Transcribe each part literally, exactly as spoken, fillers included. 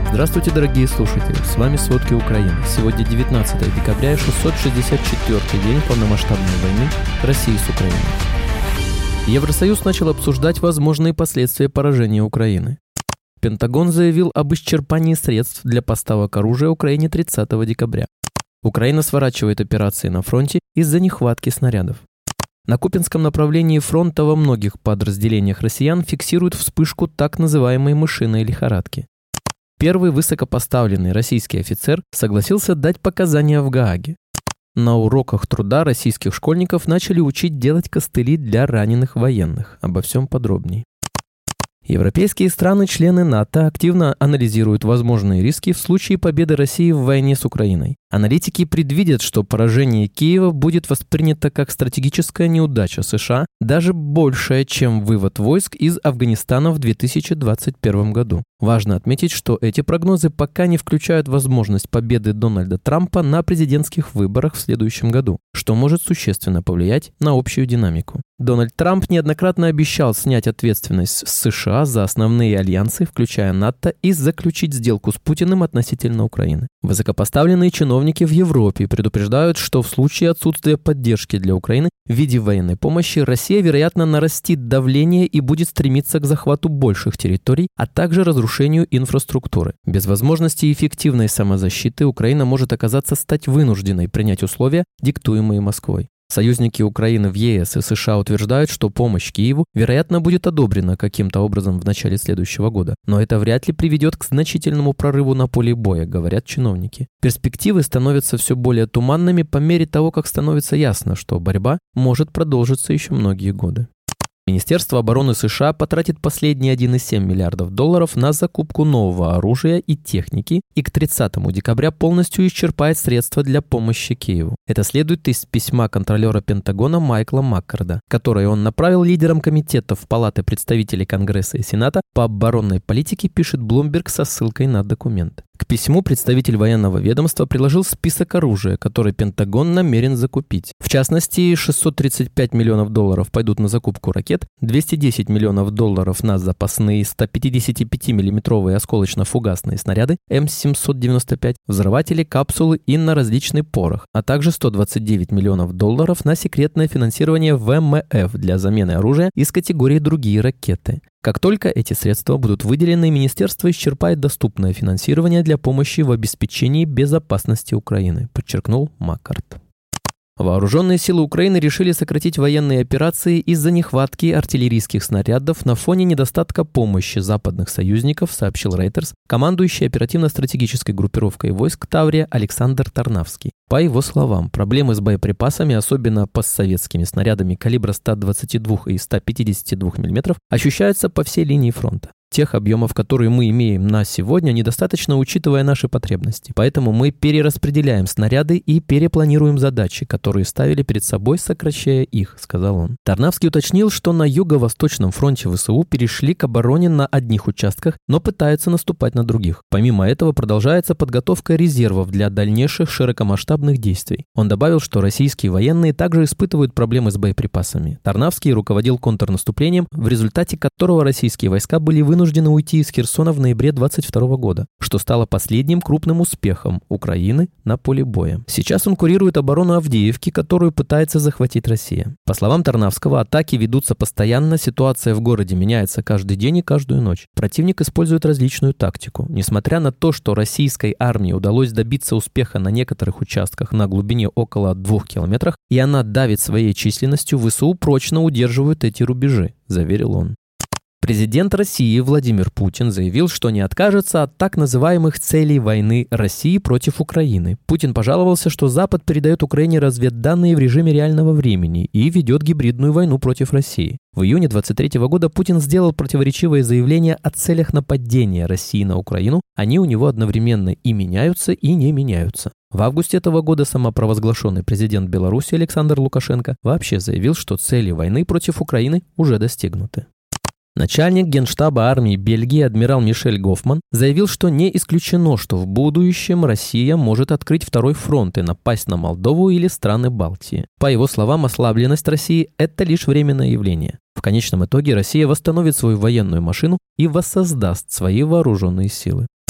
Здравствуйте, дорогие слушатели! С вами «Сводки Украины». Сегодня девятнадцатое декабря и шестьсот шестьдесят четвёртый день полномасштабной войны России с Украиной. Евросоюз начал обсуждать возможные последствия поражения Украины. Пентагон заявил об исчерпании средств для поставок оружия Украине тридцатого декабря. Украина сворачивает операции на фронте из-за нехватки снарядов. На Купянском направлении фронта во многих подразделениях россиян фиксируют вспышку так называемой мышиной лихорадки. Первый высокопоставленный российский офицер согласился дать показания в Гааге. На уроках труда российских школьников начали учить делать костыли для раненых военных. Обо всем подробнее. Европейские страны-члены НАТО активно анализируют возможные риски в случае победы России в войне с Украиной. Аналитики предвидят, что поражение Киева будет воспринято как стратегическая неудача США, даже большая, чем вывод войск из Афганистана в две тысячи двадцать первом году. Важно отметить, что эти прогнозы пока не включают возможность победы Дональда Трампа на президентских выборах в следующем году, что может существенно повлиять на общую динамику. Дональд Трамп неоднократно обещал снять ответственность с США за основные альянсы, включая НАТО, и заключить сделку с Путиным относительно Украины. Высокопоставленные чиновники в Европе предупреждают, что в случае отсутствия поддержки для Украины в виде военной помощи Россия, вероятно, нарастит давление и будет стремиться к захвату больших территорий, а также разрушению инфраструктуры. Без возможности эффективной самозащиты Украина может оказаться стать вынужденной принять условия, диктуемые Москвой. Союзники Украины в ЕС и США утверждают, что помощь Киеву, вероятно, будет одобрена каким-то образом в начале следующего года. Но это вряд ли приведет к значительному прорыву на поле боя, говорят чиновники. Перспективы становятся все более туманными по мере того, как становится ясно, что борьба может продолжиться еще многие годы. Министерство обороны США потратит последние один целых семь десятых миллиардов долларов на закупку нового оружия и техники и к тридцатому декабря полностью исчерпает средства для помощи Киеву. Это следует из письма контролера Пентагона Майкла Маккарда, которое он направил лидерам комитетов Палаты представителей Конгресса и Сената по оборонной политике, пишет Bloomberg со ссылкой на документ. К письму представитель военного ведомства приложил список оружия, который Пентагон намерен закупить. В частности, шестьсот тридцать пять миллионов долларов пойдут на закупку ракет, двести десять миллионов долларов на запасные сто пятьдесят пять миллиметровые осколочно-фугасные снаряды эм семьсот девяносто пять, взрыватели, капсулы и на различный порох, а также сто двадцать девять миллионов долларов на секретное финансирование вэ эм эф для замены оружия из категории «другие ракеты». Как только эти средства будут выделены, министерство исчерпает доступное финансирование для помощи в обеспечении безопасности Украины, подчеркнул Маккард. Вооруженные силы Украины решили сократить военные операции из-за нехватки артиллерийских снарядов на фоне недостатка помощи западных союзников, сообщил Reuters, командующий оперативно-стратегической группировкой войск Таврия Александр Тарнавский. По его словам, проблемы с боеприпасами, особенно постсоветскими снарядами калибра сто двадцать два и сто пятьдесят два миллиметра, ощущаются по всей линии фронта. Тех объемов, которые мы имеем на сегодня, недостаточно, учитывая наши потребности. Поэтому мы перераспределяем снаряды и перепланируем задачи, которые ставили перед собой, сокращая их, сказал он. Тарнавский уточнил, что на юго-восточном фронте ВСУ перешли к обороне на одних участках, но пытаются наступать на других. Помимо этого, продолжается подготовка резервов для дальнейших широкомасштабных действий. Он добавил, что российские военные также испытывают проблемы с боеприпасами. Тарнавский руководил контрнаступлением, в результате которого российские войска были вынуждены вынуждены уйти из Херсона в ноябре двадцать второго года, что стало последним крупным успехом Украины на поле боя. Сейчас он курирует оборону Авдеевки, которую пытается захватить Россия. По словам Тарнавского, атаки ведутся постоянно, ситуация в городе меняется каждый день и каждую ночь. Противник использует различную тактику. Несмотря на то, что российской армии удалось добиться успеха на некоторых участках на глубине около двух километров, и она давит своей численностью, ВСУ прочно удерживают эти рубежи, заверил он. Президент России Владимир Путин заявил, что не откажется от так называемых целей войны России против Украины. Путин пожаловался, что Запад передает Украине разведданные в режиме реального времени и ведет гибридную войну против России. В июне двадцать третьего года Путин сделал противоречивое заявление о целях нападения России на Украину. Они у него одновременно и меняются, и не меняются. В августе этого года самопровозглашенный президент Беларуси Александр Лукашенко вообще заявил, что цели войны против Украины уже достигнуты. Начальник Генштаба армии Бельгии адмирал Мишель Гофман заявил, что не исключено, что в будущем Россия может открыть второй фронт и напасть на Молдову или страны Балтии. По его словам, ослабленность России – это лишь временное явление. В конечном итоге Россия восстановит свою военную машину и воссоздаст свои вооруженные силы.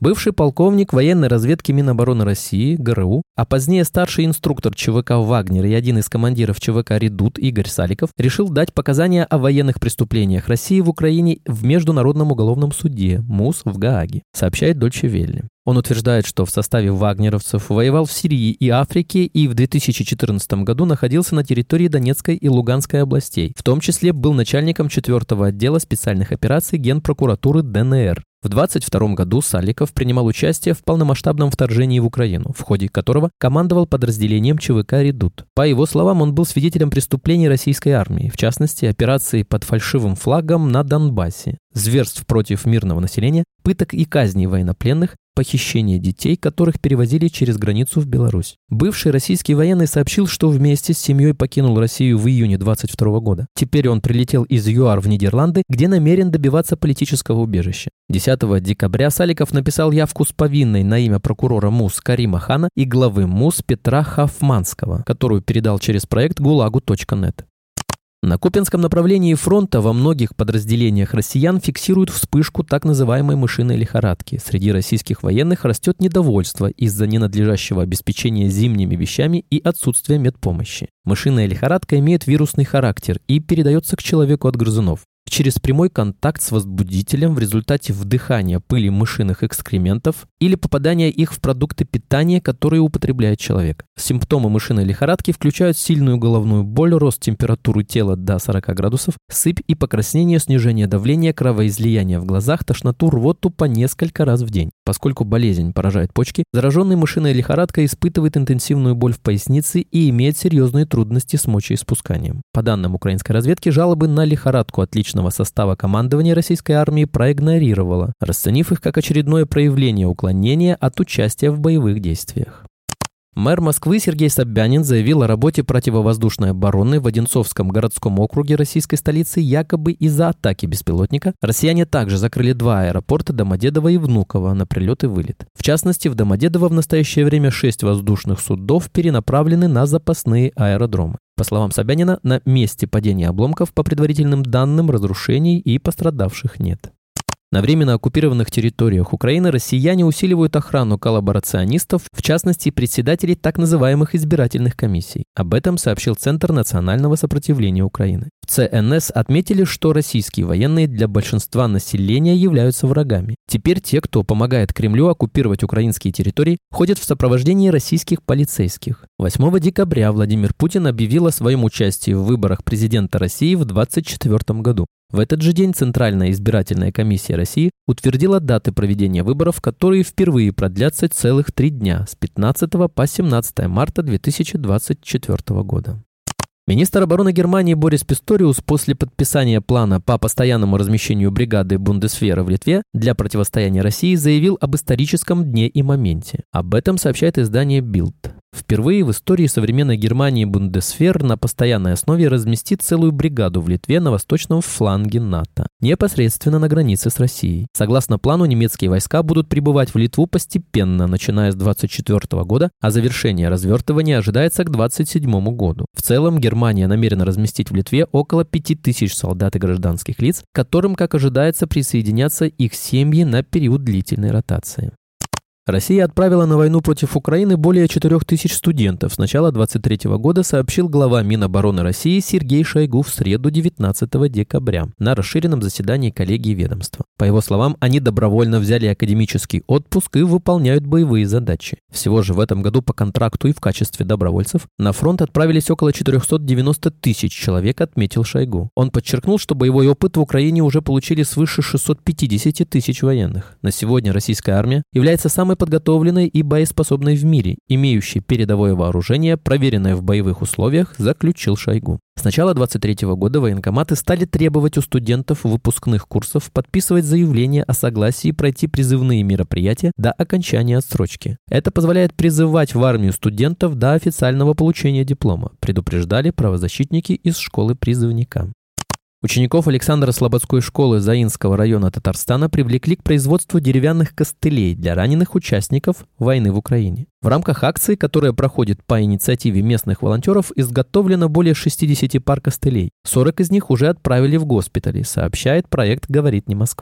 Бывший полковник военной разведки Минобороны России, ГРУ, а позднее старший инструктор ЧВК «Вагнер» и один из командиров ЧВК «Редут» Игорь Саликов решил дать показания о военных преступлениях России в Украине в Международном уголовном суде МУС в Гааге, сообщает Deutsche Welle. Он утверждает, что в составе вагнеровцев воевал в Сирии и Африке и в две тысячи четырнадцатом году находился на территории Донецкой и Луганской областей. В том числе был начальником четвёртого отдела специальных операций Генпрокуратуры ДНР. В двадцать втором году Саликов принимал участие в полномасштабном вторжении в Украину, в ходе которого командовал подразделением ЧВК «Редут». По его словам, он был свидетелем преступлений российской армии, в частности, операции под фальшивым флагом на Донбассе, зверств против мирного населения, пыток и казней военнопленных, похищение детей, которых перевозили через границу в Беларусь. Бывший российский военный сообщил, что вместе с семьей покинул Россию в июне двадцать второго года. Теперь он прилетел из ЮАР в Нидерланды, где намерен добиваться политического убежища. десятого декабря Саликов написал явку с повинной на имя прокурора МУС Карима Хана и главы МУС Петра Хафманского, которую передал через проект гулагу точка нет. На Купянском направлении фронта во многих подразделениях россиян фиксируют вспышку так называемой мышиной лихорадки. Среди российских военных растет недовольство из-за ненадлежащего обеспечения зимними вещами и отсутствия медпомощи. Мышиная лихорадка имеет вирусный характер и передается к человеку от грызунов через прямой контакт с возбудителем в результате вдыхания пыли мышиных экскрементов или попадания их в продукты питания, которые употребляет человек. Симптомы мышиной лихорадки включают сильную головную боль, рост температуры тела до сорока градусов, сыпь и покраснение, снижение давления, кровоизлияние в глазах, тошноту, рвоту по несколько раз в день. Поскольку болезнь поражает почки, зараженный мышиной лихорадкой испытывает интенсивную боль в пояснице и имеет серьезные трудности с мочеиспусканием. По данным украинской разведки, жалобы на лихорадку от личного состава командования российской армии проигнорировало, расценив их как очередное проявление уклонения от участия в боевых действиях. Мэр Москвы Сергей Собянин заявил о работе противовоздушной обороны в Одинцовском городском округе российской столицы. Якобы из-за атаки беспилотника россияне также закрыли два аэропорта Домодедово и Внуково на прилет и вылет. В частности, в Домодедово в настоящее время шесть воздушных судов перенаправлены на запасные аэродромы. По словам Собянина, на месте падения обломков, по предварительным данным, разрушений и пострадавших нет. На временно оккупированных территориях Украины россияне усиливают охрану коллаборационистов, в частности, председателей так называемых избирательных комиссий. Об этом сообщил Центр национального сопротивления Украины. В ЦНС отметили, что российские военные для большинства населения являются врагами. Теперь те, кто помогает Кремлю оккупировать украинские территории, ходят в сопровождении российских полицейских. восьмого декабря Владимир Путин объявил о своем участии в выборах президента России в двадцать четвёртом году. В этот же день Центральная избирательная комиссия России утвердила даты проведения выборов, которые впервые продлятся целых три дня с пятнадцатого по семнадцатое марта две тысячи двадцать четвёртого года. Министр обороны Германии Борис Писториус после подписания плана по постоянному размещению бригады Бундесвера в Литве для противостояния России заявил об историческом дне и моменте. Об этом сообщает издание Bild. Впервые в истории современной Германии Бундесвер на постоянной основе разместит целую бригаду в Литве на восточном фланге НАТО, непосредственно на границе с Россией. Согласно плану, немецкие войска будут прибывать в Литву постепенно, начиная с двадцать четвёртого года, а завершение развертывания ожидается к двадцать седьмому году. В целом, Германия намерена разместить в Литве около пяти тысяч солдат и гражданских лиц, к которым, как ожидается, присоединятся их семьи на период длительной ротации. Россия отправила на войну против Украины более четырёх тысяч студентов с начала двадцать третьего года, сообщил глава Минобороны России Сергей Шойгу в среду девятнадцатого декабря на расширенном заседании коллегии ведомства. По его словам, они добровольно взяли академический отпуск и выполняют боевые задачи. Всего же в этом году по контракту и в качестве добровольцев на фронт отправились около четырёхсот девяноста тысяч человек, отметил Шойгу. Он подчеркнул, что боевой опыт в Украине уже получили свыше шестисот пятидесяти тысяч военных. На сегодня российская армия является самой подготовленной и боеспособной в мире, имеющей передовое вооружение, проверенное в боевых условиях, заключил Шойгу. С начала двадцать третьего года военкоматы стали требовать у студентов выпускных курсов подписывать заявление о согласии пройти призывные мероприятия до окончания отсрочки. Это позволяет призывать в армию студентов до официального получения диплома, предупреждали правозащитники из школы призывника. Учеников Александро-Слободской школы Заинского района Татарстана привлекли к производству деревянных костылей для раненых участников войны в Украине. В рамках акции, которая проходит по инициативе местных волонтеров, изготовлено более шестидесяти пар костылей. сорок из них уже отправили в госпитали, сообщает проект «Говорит не Москва».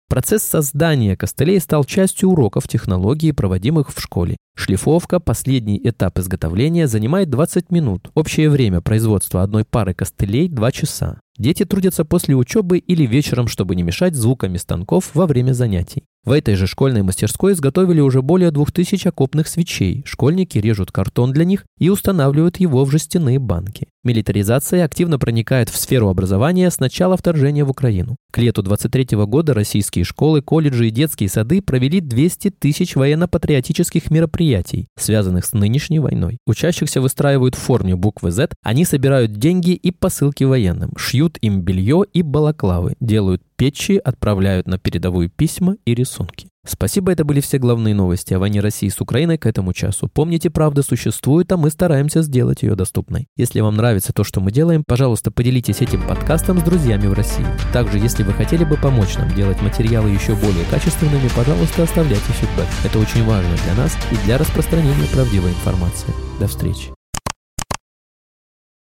Процесс создания костылей стал частью уроков технологий, проводимых в школе. Шлифовка, последний этап изготовления, занимает двадцать минут. Общее время производства одной пары костылей – два часа. Дети трудятся после учебы или вечером, чтобы не мешать звуками станков во время занятий. В этой же школьной мастерской изготовили уже более двух тысяч окопных свечей. Школьники режут картон для них и устанавливают его в жестяные банки. Милитаризация активно проникает в сферу образования с начала вторжения в Украину. К лету двадцать третьего года российские школы, колледжи и детские сады провели двести тысяч военно-патриотических мероприятий, связанных с нынешней войной. Учащихся выстраивают в форме буквы Z, они собирают деньги и посылки военным, шьют им белье и балаклавы, делают печи, отправляют на передовую письма и рисунки. Спасибо, это были все главные новости о войне России с Украиной к этому часу. Помните, правда существует, а мы стараемся сделать ее доступной. Если вам нравится то, что мы делаем, пожалуйста, поделитесь этим подкастом с друзьями в России. Также, если вы хотели бы помочь нам делать материалы еще более качественными, пожалуйста, оставляйте фидбэк. Это очень важно для нас и для распространения правдивой информации. До встречи.